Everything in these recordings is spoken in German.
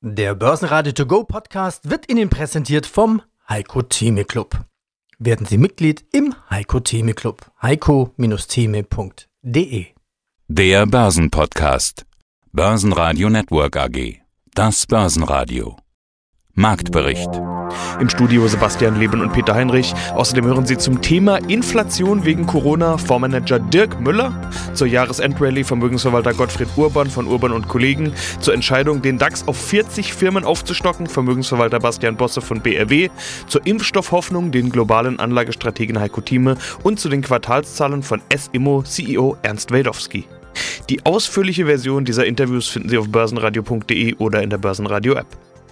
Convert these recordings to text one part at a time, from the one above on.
Der Börsenradio To Go Podcast wird Ihnen präsentiert vom Heiko Theme Club. Werden Sie Mitglied im Heiko Theme Club. heiko-theme.de. Der Börsenpodcast. Börsenradio Network AG. Das Börsenradio. Marktbericht. Im Studio Sebastian Leben und Peter Heinrich. Außerdem hören Sie zum Thema Inflation wegen Corona Fondsmanager Dirk Müller, zur Jahresendrallye Vermögensverwalter Gottfried Urban von Urban & Kollegen, zur Entscheidung, den DAX auf 40 Firmen aufzustocken, Vermögensverwalter Bastian Bosse von BRW, zur Impfstoffhoffnung, den globalen Anlagestrategen Heiko Thieme und zu den Quartalszahlen von S-Immo CEO Ernst Wejdowski. Die ausführliche Version dieser Interviews finden Sie auf börsenradio.de oder in der Börsenradio-App.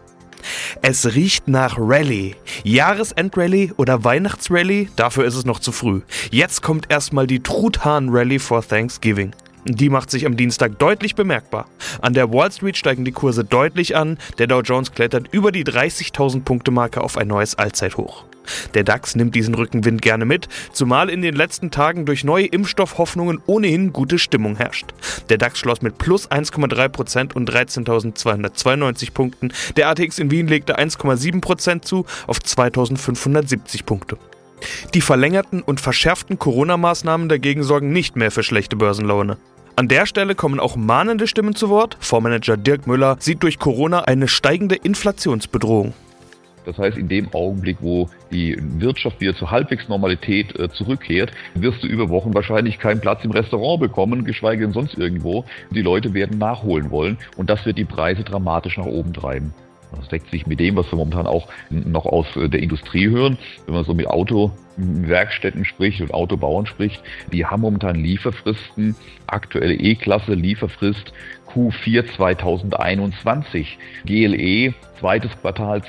Es riecht nach Rallye. Jahresendrallye oder Weihnachtsrallye? Dafür ist es noch zu früh. Jetzt kommt erstmal die Truthahn-Rallye for Thanksgiving. Die macht sich am Dienstag deutlich bemerkbar. An der Wall Street steigen die Kurse deutlich an. Der Dow Jones klettert über die 30.000 Punkte Marke auf ein neues Allzeithoch. Der DAX nimmt diesen Rückenwind gerne mit, zumal in den letzten Tagen durch neue Impfstoffhoffnungen ohnehin gute Stimmung herrscht. Der DAX schloss mit plus 1,3% und 13.292 Punkten. Der ATX in Wien legte 1,7% zu auf 2.570 Punkte. Die verlängerten und verschärften Corona-Maßnahmen dagegen sorgen nicht mehr für schlechte Börsenlaune. An der Stelle kommen auch mahnende Stimmen zu Wort. Fondsmanager Dirk Müller sieht durch Corona eine steigende Inflationsbedrohung. Das heißt, in dem Augenblick, wo die Wirtschaft wieder zur halbwegs Normalität zurückkehrt, wirst du über Wochen wahrscheinlich keinen Platz im Restaurant bekommen, geschweige denn sonst irgendwo. Die Leute werden nachholen wollen und das wird die Preise dramatisch nach oben treiben. Das deckt sich mit dem, was wir momentan auch noch aus der Industrie hören. Wenn man so mit Autowerkstätten spricht und Autobauern spricht, die haben momentan Lieferfristen, aktuelle E-Klasse Lieferfrist Q4 2021, GLE zweites Quartal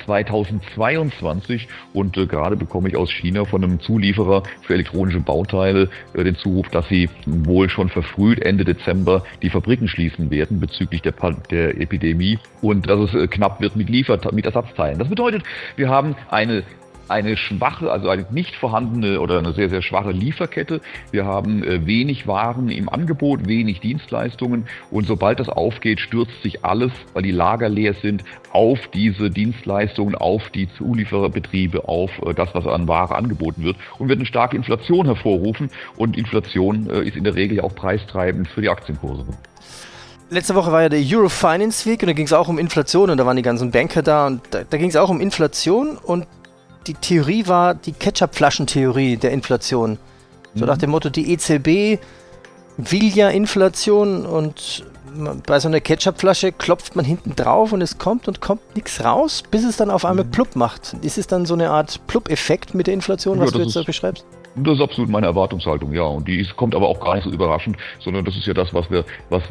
2022 und gerade bekomme ich aus China von einem Zulieferer für elektronische Bauteile den Zuruf, dass sie wohl schon verfrüht Ende Dezember die Fabriken schließen werden bezüglich der Epidemie und dass es knapp wird mit Ersatzteilen. Das bedeutet, wir haben eine schwache, also eine nicht vorhandene oder eine sehr, sehr schwache Lieferkette. Wir haben wenig Waren im Angebot, wenig Dienstleistungen und sobald das aufgeht, stürzt sich alles, weil die Lager leer sind, auf diese Dienstleistungen, auf die Zuliefererbetriebe, auf das, was an Ware angeboten wird und wird eine starke Inflation hervorrufen und Inflation ist in der Regel ja auch preistreibend für die Aktienkurse. Letzte Woche war ja der Euro Finance Week und da ging es auch um Inflation und da waren die ganzen Banker da und da ging es auch um Inflation und die Theorie war die Ketchupflaschentheorie der Inflation. So nach dem Motto, die EZB will ja Inflation und bei so einer Ketchupflasche klopft man hinten drauf und es kommt nichts raus, bis es dann auf einmal plupp macht. Ist es dann so eine Art Plupp-Effekt mit der Inflation, was du jetzt da beschreibst? Das ist absolut meine Erwartungshaltung, ja. Und kommt aber auch gar nicht so überraschend, sondern das ist ja das, was wir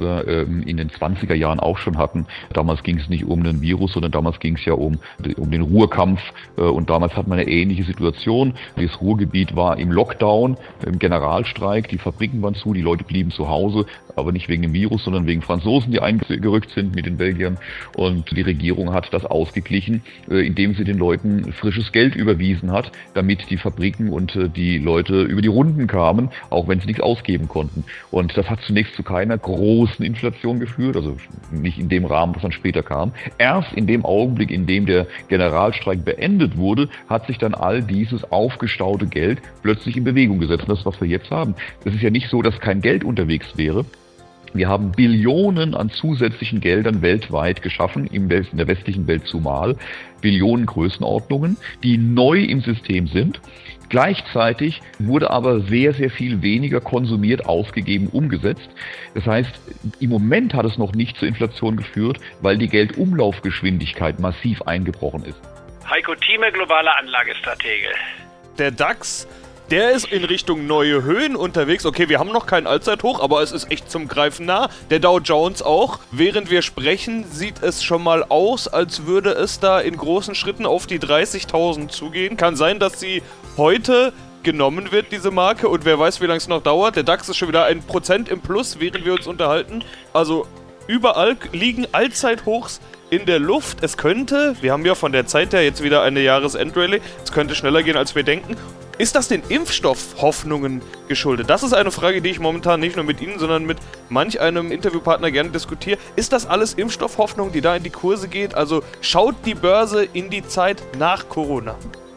in den 20er Jahren auch schon hatten. Damals ging es nicht um einen Virus, sondern damals ging es ja um den Ruhrkampf. Und damals hat man eine ähnliche Situation. Das Ruhrgebiet war im Lockdown, im Generalstreik. Die Fabriken waren zu, die Leute blieben zu Hause, aber nicht wegen dem Virus, sondern wegen Franzosen, die eingerückt sind mit den Belgiern. Und die Regierung hat das ausgeglichen, indem sie den Leuten frisches Geld überwiesen hat, damit die Fabriken und die Leute über die Runden kamen, auch wenn sie nichts ausgeben konnten. Und das hat zunächst zu keiner großen Inflation geführt, also nicht in dem Rahmen, was dann später kam. Erst in dem Augenblick, in dem der Generalstreik beendet wurde, hat sich dann all dieses aufgestaute Geld plötzlich in Bewegung gesetzt. Und das, was wir jetzt haben, das ist ja nicht so, dass kein Geld unterwegs wäre. Wir haben Billionen an zusätzlichen Geldern weltweit geschaffen, in der westlichen Welt zumal, Billionen Größenordnungen, die neu im System sind. Gleichzeitig wurde aber sehr, sehr viel weniger konsumiert, ausgegeben, umgesetzt. Das heißt, im Moment hat es noch nicht zur Inflation geführt, weil die Geldumlaufgeschwindigkeit massiv eingebrochen ist. Heiko Thieme, globaler Anlagestratege. Der DAX, der ist in Richtung neue Höhen unterwegs. Okay, wir haben noch kein Allzeithoch, aber es ist echt zum Greifen nah. Der Dow Jones auch. Während wir sprechen, sieht es schon mal aus, als würde es da in großen Schritten auf die 30.000 zugehen. Kann sein, dass sie heute genommen wird, diese Marke, und wer weiß, wie lange es noch dauert. Der DAX ist schon wieder 1% im Plus, während wir uns unterhalten. Also überall liegen Allzeithochs in der Luft. Es könnte, wir haben ja von der Zeit her jetzt wieder eine Jahresendrallye, es könnte schneller gehen, als wir denken. Ist das den Impfstoffhoffnungen geschuldet? Das ist eine Frage, die ich momentan nicht nur mit Ihnen, sondern mit manch einem Interviewpartner gerne diskutiere. Ist das alles Impfstoffhoffnung, die da in die Kurse geht? Also schaut die Börse in die Zeit nach Corona?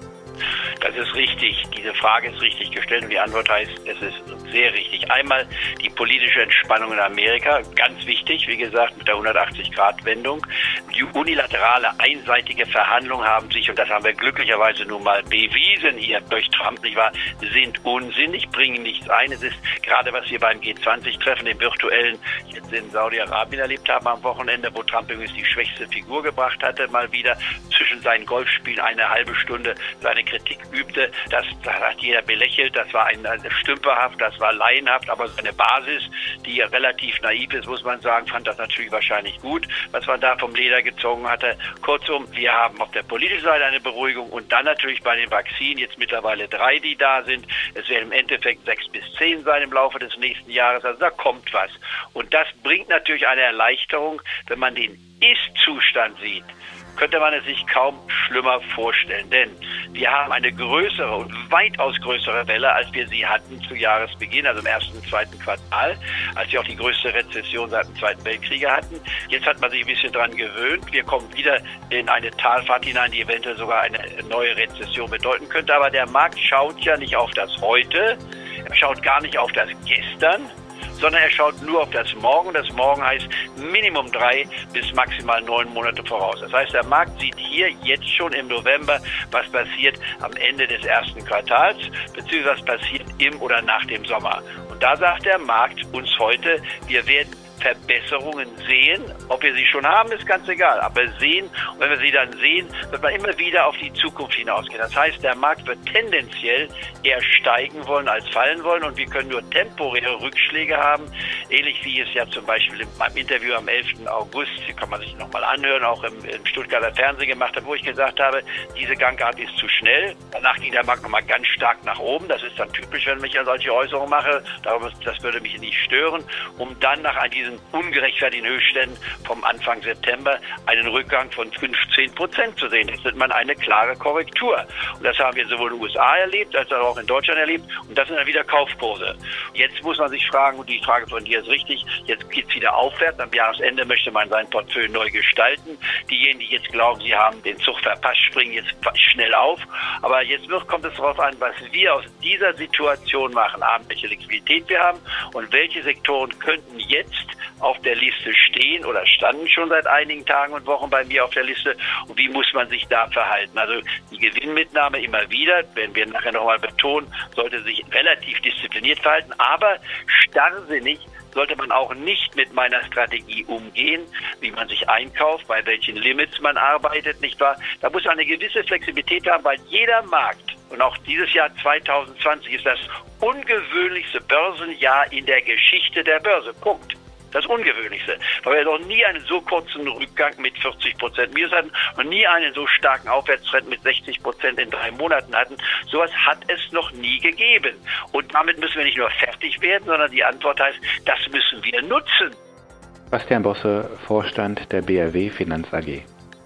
Das ist richtig. Diese Frage ist richtig gestellt und die Antwort heißt, es ist sehr richtig. Einmal die politische Entspannung in Amerika, ganz wichtig, wie gesagt, mit der 180-Grad-Wendung. Die unilaterale, einseitige Verhandlungen haben sich, und das haben wir glücklicherweise nun mal bewiesen hier durch Trump, nicht wahr, sind unsinnig, bringen nichts ein. Es ist gerade, was wir beim G20-Treffen, dem virtuellen, jetzt in Saudi-Arabien erlebt haben am Wochenende, wo Trump übrigens die schwächste Figur gebracht hatte, mal wieder zwischen seinen Golfspielen eine halbe Stunde seine Kritik übte, das hat jeder belächelt, das war ein stümperhaft, das war laienhaft, aber seine Basis, die relativ naiv ist, muss man sagen, fand das natürlich wahrscheinlich gut, was man da vom Leder gezogen hatte. Kurzum, wir haben auf der politischen Seite eine Beruhigung und dann natürlich bei den Vakzinen, jetzt mittlerweile 3, die da sind. Es werden im Endeffekt 6 bis 10 sein im Laufe des nächsten Jahres, also da kommt was. Und das bringt natürlich eine Erleichterung, wenn man den Ist-Zustand sieht. Könnte man es sich kaum schlimmer vorstellen, denn wir haben eine größere und weitaus größere Welle, als wir sie hatten zu Jahresbeginn, also im ersten und zweiten Quartal, als wir auch die größte Rezession seit dem Zweiten Weltkrieg hatten. Jetzt hat man sich ein bisschen dran gewöhnt. Wir kommen wieder in eine Talfahrt hinein, die eventuell sogar eine neue Rezession bedeuten könnte. Aber der Markt schaut ja nicht auf das Heute, er schaut gar nicht auf das Gestern, sondern er schaut nur auf das Morgen. Das Morgen heißt Minimum 3 bis maximal 9 Monate voraus. Das heißt, der Markt sieht hier jetzt schon im November, was passiert am Ende des ersten Quartals, beziehungsweise was passiert im oder nach dem Sommer. Und da sagt der Markt uns heute, wir werden Verbesserungen sehen. Ob wir sie schon haben, ist ganz egal. Aber sehen, und wenn wir sie dann sehen, wird man immer wieder auf die Zukunft hinausgehen. Das heißt, der Markt wird tendenziell eher steigen wollen als fallen wollen und wir können nur temporäre Rückschläge haben. Ähnlich wie es ja zum Beispiel in meinem Interview am 11. August, hier kann man sich nochmal anhören, auch im Stuttgarter Fernsehen gemacht habe, wo ich gesagt habe, diese Gangart ist zu schnell. Danach ging der Markt nochmal ganz stark nach oben. Das ist dann typisch, wenn ich ja solche Äußerungen mache. Das würde mich nicht stören, um dann nach diesen ungerechtfertigten Höchstständen vom Anfang September einen Rückgang von 15% zu sehen. Das nennt man eine klare Korrektur. Und das haben wir sowohl in den USA erlebt, als auch in Deutschland erlebt. Und das sind dann wieder Kaufkurse. Jetzt muss man sich fragen, und die Frage von dir ist richtig, jetzt geht es wieder aufwärts. Am Jahresende möchte man sein Portfolio neu gestalten. Diejenigen, die jetzt glauben, sie haben den Zug verpasst, springen jetzt schnell auf. Aber jetzt kommt es darauf an, was wir aus dieser Situation machen. Welche Liquidität wir haben und welche Sektoren könnten jetzt auf der Liste stehen oder standen schon seit einigen Tagen und Wochen bei mir auf der Liste und wie muss man sich da verhalten. Also die Gewinnmitnahme immer wieder, werden wir nachher nochmal betonen, sollte sich relativ diszipliniert verhalten, aber starrsinnig sollte man auch nicht mit meiner Strategie umgehen, wie man sich einkauft, bei welchen Limits man arbeitet, nicht wahr? Da muss man eine gewisse Flexibilität haben, weil jeder Markt, und auch dieses Jahr 2020 ist das ungewöhnlichste Börsenjahr in der Geschichte der Börse. Punkt. Das Ungewöhnlichste, weil wir noch nie einen so kurzen Rückgang mit 40% Minus hatten und nie einen so starken Aufwärtstrend mit 60% in 3 Monaten hatten. Sowas hat es noch nie gegeben. Und damit müssen wir nicht nur fertig werden, sondern die Antwort heißt, das müssen wir nutzen. Bastian Bosse, Vorstand der BRW Finanz AG.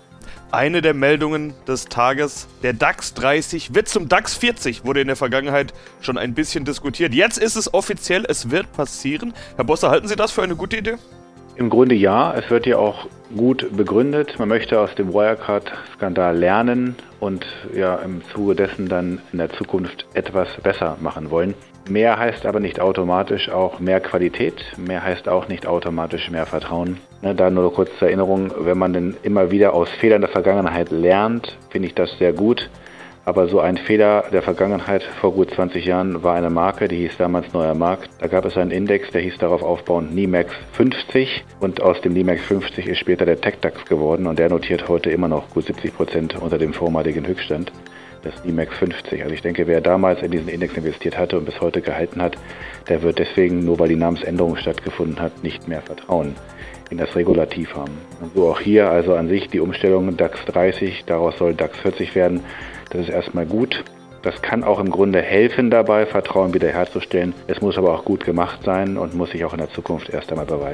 Eine der Meldungen des Tages, der DAX 30 wird zum DAX 40, wurde in der Vergangenheit schon ein bisschen diskutiert. Jetzt ist es offiziell, es wird passieren. Herr Bosse, halten Sie das für eine gute Idee? Im Grunde ja, es wird ja auch gut begründet. Man möchte aus dem Wirecard-Skandal lernen und ja im Zuge dessen dann in der Zukunft etwas besser machen wollen. Mehr heißt aber nicht automatisch auch mehr Qualität, mehr heißt auch nicht automatisch mehr Vertrauen. Da nur kurz zur Erinnerung, wenn man denn immer wieder aus Fehlern der Vergangenheit lernt, finde ich das sehr gut. Aber so ein Fehler der Vergangenheit vor gut 20 Jahren war eine Marke, die hieß damals Neuer Markt. Da gab es einen Index, der hieß darauf aufbauend NIMAX 50 und aus dem NIMAX 50 ist später der TecDAX geworden und der notiert heute immer noch gut 70% unter dem vormaligen Höchststand. Das NIMAX 50. Also ich denke, wer damals in diesen Index investiert hatte und bis heute gehalten hat, der wird deswegen, nur weil die Namensänderung stattgefunden hat, nicht mehr Vertrauen in das Regulativ haben. Und so auch hier, also an sich die Umstellung DAX 30, daraus soll DAX 40 werden. Das ist erstmal gut. Das kann auch im Grunde helfen dabei, Vertrauen wiederherzustellen. Es muss aber auch gut gemacht sein und muss sich auch in der Zukunft erst einmal beweisen.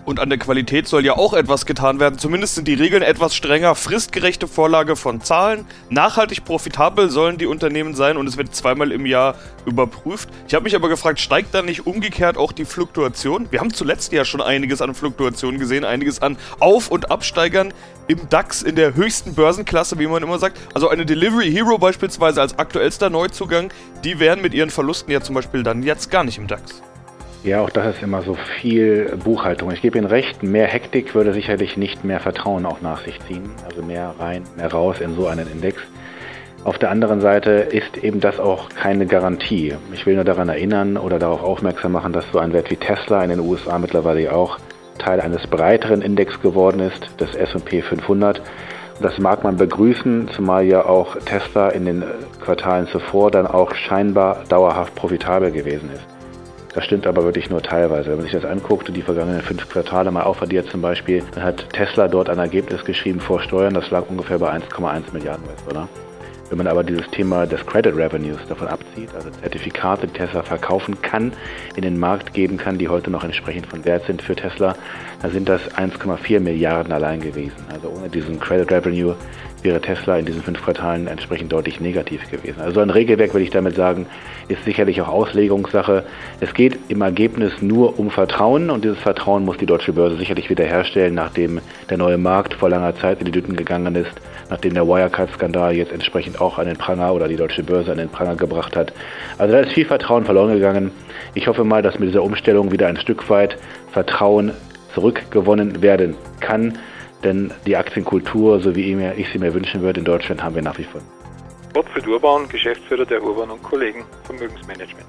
Und an der Qualität soll ja auch etwas getan werden. Zumindest sind die Regeln etwas strenger. Fristgerechte Vorlage von Zahlen. Nachhaltig profitabel sollen die Unternehmen sein und es wird 2-mal im Jahr überprüft. Ich habe mich aber gefragt, steigt da nicht umgekehrt auch die Fluktuation? Wir haben zuletzt ja schon einiges an Fluktuationen gesehen, einiges an Auf- und Absteigern im DAX, in der höchsten Börsenklasse, wie man immer sagt. Also eine Delivery Hero beispielsweise als aktuellster Neuzugang, die wären mit ihren Verlusten ja zum Beispiel dann jetzt gar nicht im DAX. Ja, auch das ist immer so viel Buchhaltung. Ich gebe Ihnen recht, mehr Hektik würde sicherlich nicht mehr Vertrauen auch nach sich ziehen. Also mehr rein, mehr raus in so einen Index. Auf der anderen Seite ist eben das auch keine Garantie. Ich will nur daran erinnern oder darauf aufmerksam machen, dass so ein Wert wie Tesla in den USA mittlerweile auch Teil eines breiteren Index geworden ist, des S&P 500. Und das mag man begrüßen, zumal ja auch Tesla in den Quartalen zuvor dann auch scheinbar dauerhaft profitabel gewesen ist. Das stimmt aber wirklich nur teilweise. Wenn man sich das anguckt, die vergangenen 5 Quartale mal aufaddiert zum Beispiel, dann hat Tesla dort ein Ergebnis geschrieben vor Steuern, das lag ungefähr bei 1,1 Milliarden US-Dollar. Wenn man aber dieses Thema des Credit Revenues davon abzieht, also Zertifikate, die Tesla verkaufen kann, in den Markt geben kann, die heute noch entsprechend von Wert sind für Tesla, dann sind das 1,4 Milliarden allein gewesen. Also ohne diesen Credit Revenue wäre Tesla in diesen 5 Quartalen entsprechend deutlich negativ gewesen. Also ein Regelwerk, würde ich damit sagen, ist sicherlich auch Auslegungssache. Es geht im Ergebnis nur um Vertrauen und dieses Vertrauen muss die deutsche Börse sicherlich wiederherstellen, nachdem der neue Markt vor langer Zeit in die Dütten gegangen ist, nachdem der Wirecard-Skandal jetzt entsprechend auch an den Pranger oder die deutsche Börse an den Pranger gebracht hat. Also da ist viel Vertrauen verloren gegangen. Ich hoffe mal, dass mit dieser Umstellung wieder ein Stück weit Vertrauen zurückgewonnen werden kann. Denn die Aktienkultur, so wie ich sie mir wünschen würde, in Deutschland haben wir nach wie vor. Gottfried Urban, Geschäftsführer der Urban & Kollegen Vermögensmanagement.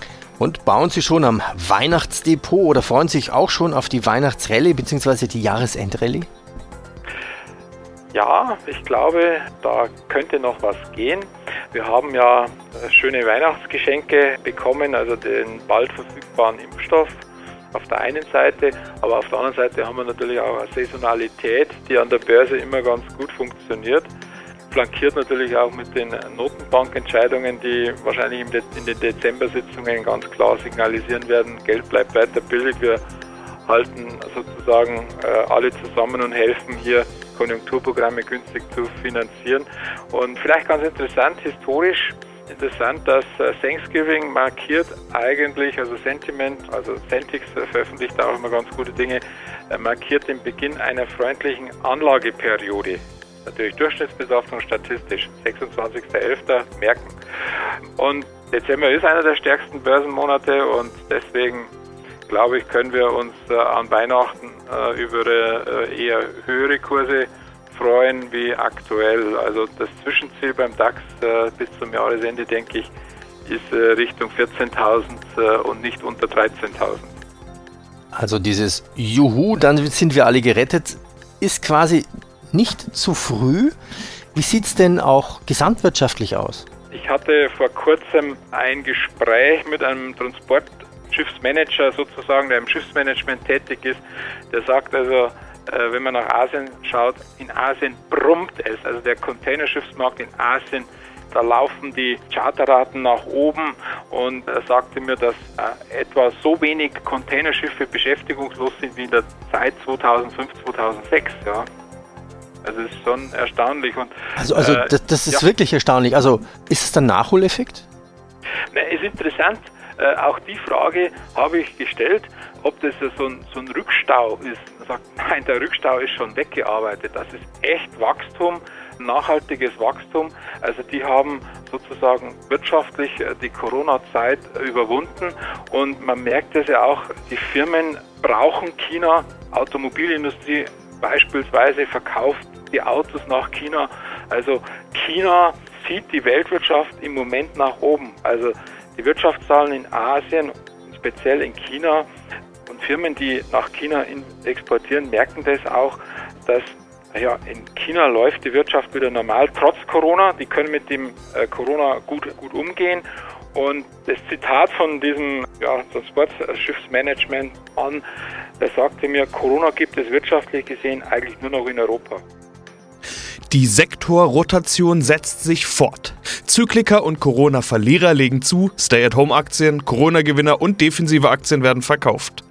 Und bauen Sie schon am Weihnachtsdepot oder freuen Sie sich auch schon auf die Weihnachtsrallye bzw. die Jahresendrallye? Ja, ich glaube, da könnte noch was gehen. Wir haben ja schöne Weihnachtsgeschenke bekommen, also den bald verfügbaren Impfstoff auf der einen Seite, aber auf der anderen Seite haben wir natürlich auch eine Saisonalität, die an der Börse immer ganz gut funktioniert. Flankiert natürlich auch mit den Notenbankentscheidungen, die wahrscheinlich in den Dezember-Sitzungen ganz klar signalisieren werden, Geld bleibt weiter billig, wir halten sozusagen alle zusammen und helfen hier Konjunkturprogramme günstig zu finanzieren. Und vielleicht ganz interessant, historisch interessant, dass Thanksgiving markiert eigentlich, also Sentiment, also Celtics veröffentlicht auch immer ganz gute Dinge, markiert den Beginn einer freundlichen Anlageperiode. Natürlich Durchschnittsbetrachtung statistisch, 26.11. merken. Und Dezember ist einer der stärksten Börsenmonate und deswegen glaube ich, können wir uns an Weihnachten über eher höhere Kurse freuen wie aktuell. Also das Zwischenziel beim DAX bis zum Jahresende, denke ich, ist Richtung 14.000 und nicht unter 13.000. Also dieses Juhu, dann sind wir alle gerettet, ist quasi nicht zu früh. Wie sieht es denn auch gesamtwirtschaftlich aus? Ich hatte vor kurzem ein Gespräch mit einem Transportschiffsmanager sozusagen, der im Schiffsmanagement tätig ist. Der sagt also, wenn man nach Asien schaut, in Asien brummt es. Also der Containerschiffsmarkt in Asien, da laufen die Charterraten nach oben und er sagte mir, dass etwa so wenig Containerschiffe beschäftigungslos sind wie in der Zeit 2005, 2006. Ja. Also das ist schon erstaunlich. Und, das ist wirklich erstaunlich. Also ist es ein Nachholeffekt? Ist interessant. Auch die Frage habe ich gestellt, ob das so ein Rückstau ist. Man sagt, nein, der Rückstau ist schon weggearbeitet. Das ist echt Wachstum, nachhaltiges Wachstum. Also die haben sozusagen wirtschaftlich die Corona-Zeit überwunden und man merkt es ja auch, die Firmen brauchen China, Automobilindustrie beispielsweise verkauft die Autos nach China. Also China zieht die Weltwirtschaft im Moment nach oben. Also die Wirtschaftszahlen in Asien, speziell in China und Firmen, die nach China exportieren, merken das auch, dass in China läuft die Wirtschaft wieder normal, trotz Corona. Die können mit dem Corona gut umgehen. Und das Zitat von diesem Transportschiffsmanagement an, der sagte mir, Corona gibt es wirtschaftlich gesehen eigentlich nur noch in Europa. Die Sektorrotation setzt sich fort. Zykliker und Corona-Verlierer legen zu, Stay-at-Home-Aktien, Corona-Gewinner und defensive Aktien werden verkauft.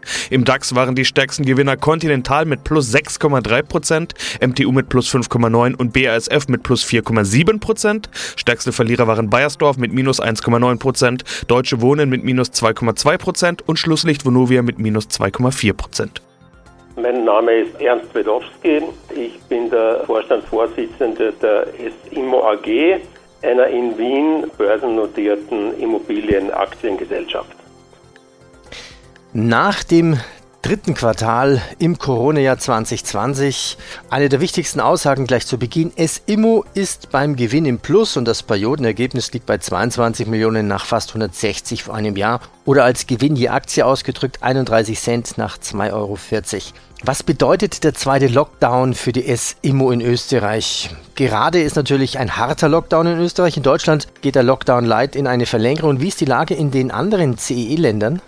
Im DAX waren die stärksten Gewinner Continental mit plus 6,3%, MTU mit plus 5,9% und BASF mit plus 4,7%. Stärkste Verlierer waren Bayersdorf mit minus 1,9%, Deutsche Wohnen mit minus 2,2% und Schlusslicht Vonovia mit minus 2,4%. Mein Name ist Ernst Wedowski. Ich bin der Vorstandsvorsitzende der S-Immo AG, einer in Wien börsennotierten Immobilienaktiengesellschaft. Nach dem dritten Quartal im Corona-Jahr 2020 eine der wichtigsten Aussagen gleich zu Beginn. S-Immo ist beim Gewinn im Plus und das Periodenergebnis liegt bei 22 Millionen nach fast 160 vor einem Jahr oder als Gewinn je Aktie ausgedrückt 31 Cent nach 2,40 Euro. Was bedeutet der zweite Lockdown für die S-Immo in Österreich? Gerade ist natürlich ein harter Lockdown in Österreich. In Deutschland geht der Lockdown light in eine Verlängerung. Wie ist die Lage in den anderen CEE-Ländern?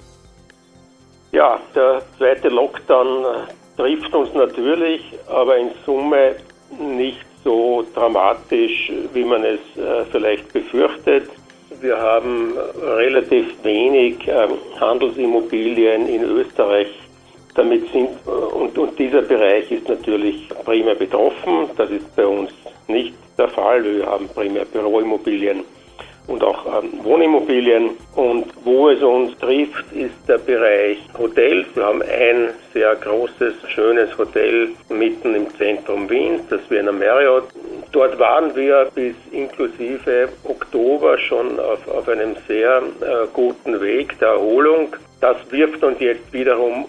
Ja, der zweite Lockdown trifft uns natürlich, aber in Summe nicht so dramatisch, wie man es vielleicht befürchtet. Wir haben relativ wenig Handelsimmobilien in Österreich. Damit und dieser Bereich ist natürlich primär betroffen. Das ist bei uns nicht der Fall. Wir haben primär Büroimmobilien und auch Wohnimmobilien. Und wo es uns trifft, ist der Bereich Hotels. Wir haben ein sehr großes, schönes Hotel mitten im Zentrum Wiens, das Vienna Marriott. Dort waren wir bis inklusive Oktober schon auf einem sehr guten Weg der Erholung. Das wirft uns jetzt wiederum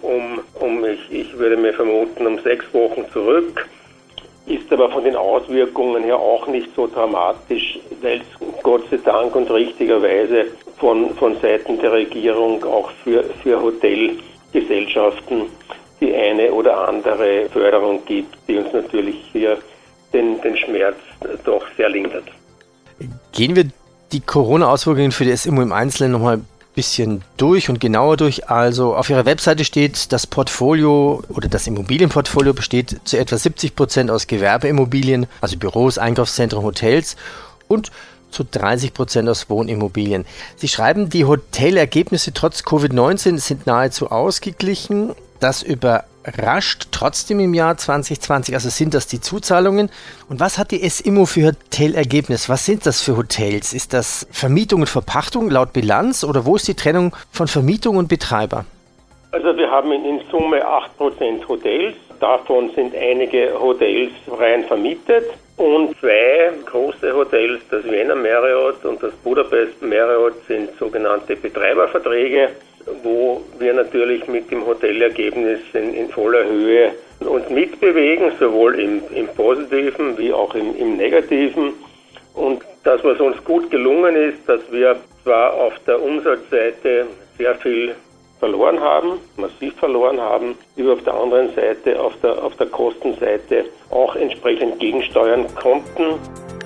ich würde mir vermuten, um 6 Wochen zurück. Ist aber von den Auswirkungen her auch nicht so dramatisch, weil es Gott sei Dank und richtigerweise von Seiten der Regierung auch für Hotelgesellschaften die eine oder andere Förderung gibt, die uns natürlich hier den Schmerz doch sehr lindert. Gehen wir die Corona-Auswirkungen für die S-Immo im Einzelnen nochmal ein bisschen durch und genauer durch. Also auf Ihrer Webseite steht, das Portfolio oder das Immobilienportfolio besteht zu etwa 70% aus Gewerbeimmobilien, also Büros, Einkaufszentren, Hotels und zu 30% aus Wohnimmobilien. Sie schreiben, die Hotelergebnisse trotz Covid-19 sind nahezu ausgeglichen. Das überrascht trotzdem im Jahr 2020. Also sind das die Zuzahlungen? Und was hat die S-Immo für Hotelergebnis? Was sind das für Hotels? Ist das Vermietung und Verpachtung laut Bilanz oder wo ist die Trennung von Vermietung und Betreiber? Also wir haben in Summe 8% Hotels. Davon sind einige Hotels rein vermietet. Und 2 große Hotels, das Vienna Marriott und das Budapest Marriott, sind sogenannte Betreiberverträge, wo wir natürlich mit dem Hotelergebnis in voller Höhe uns mitbewegen, sowohl im Positiven wie auch im Negativen. Und das, was uns gut gelungen ist, dass wir zwar auf der Umsatzseite sehr viel verloren haben, massiv verloren haben, über auf der anderen Seite, auf der Kostenseite auch entsprechend gegensteuern konnten.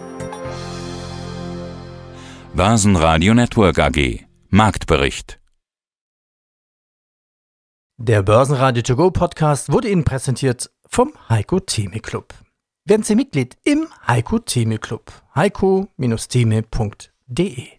Börsenradio Network AG Marktbericht. Der Börsenradio To Go Podcast wurde Ihnen präsentiert vom Heiko Theme Club. Werden Sie Mitglied im Heiko Theme Club. heiko-theme.de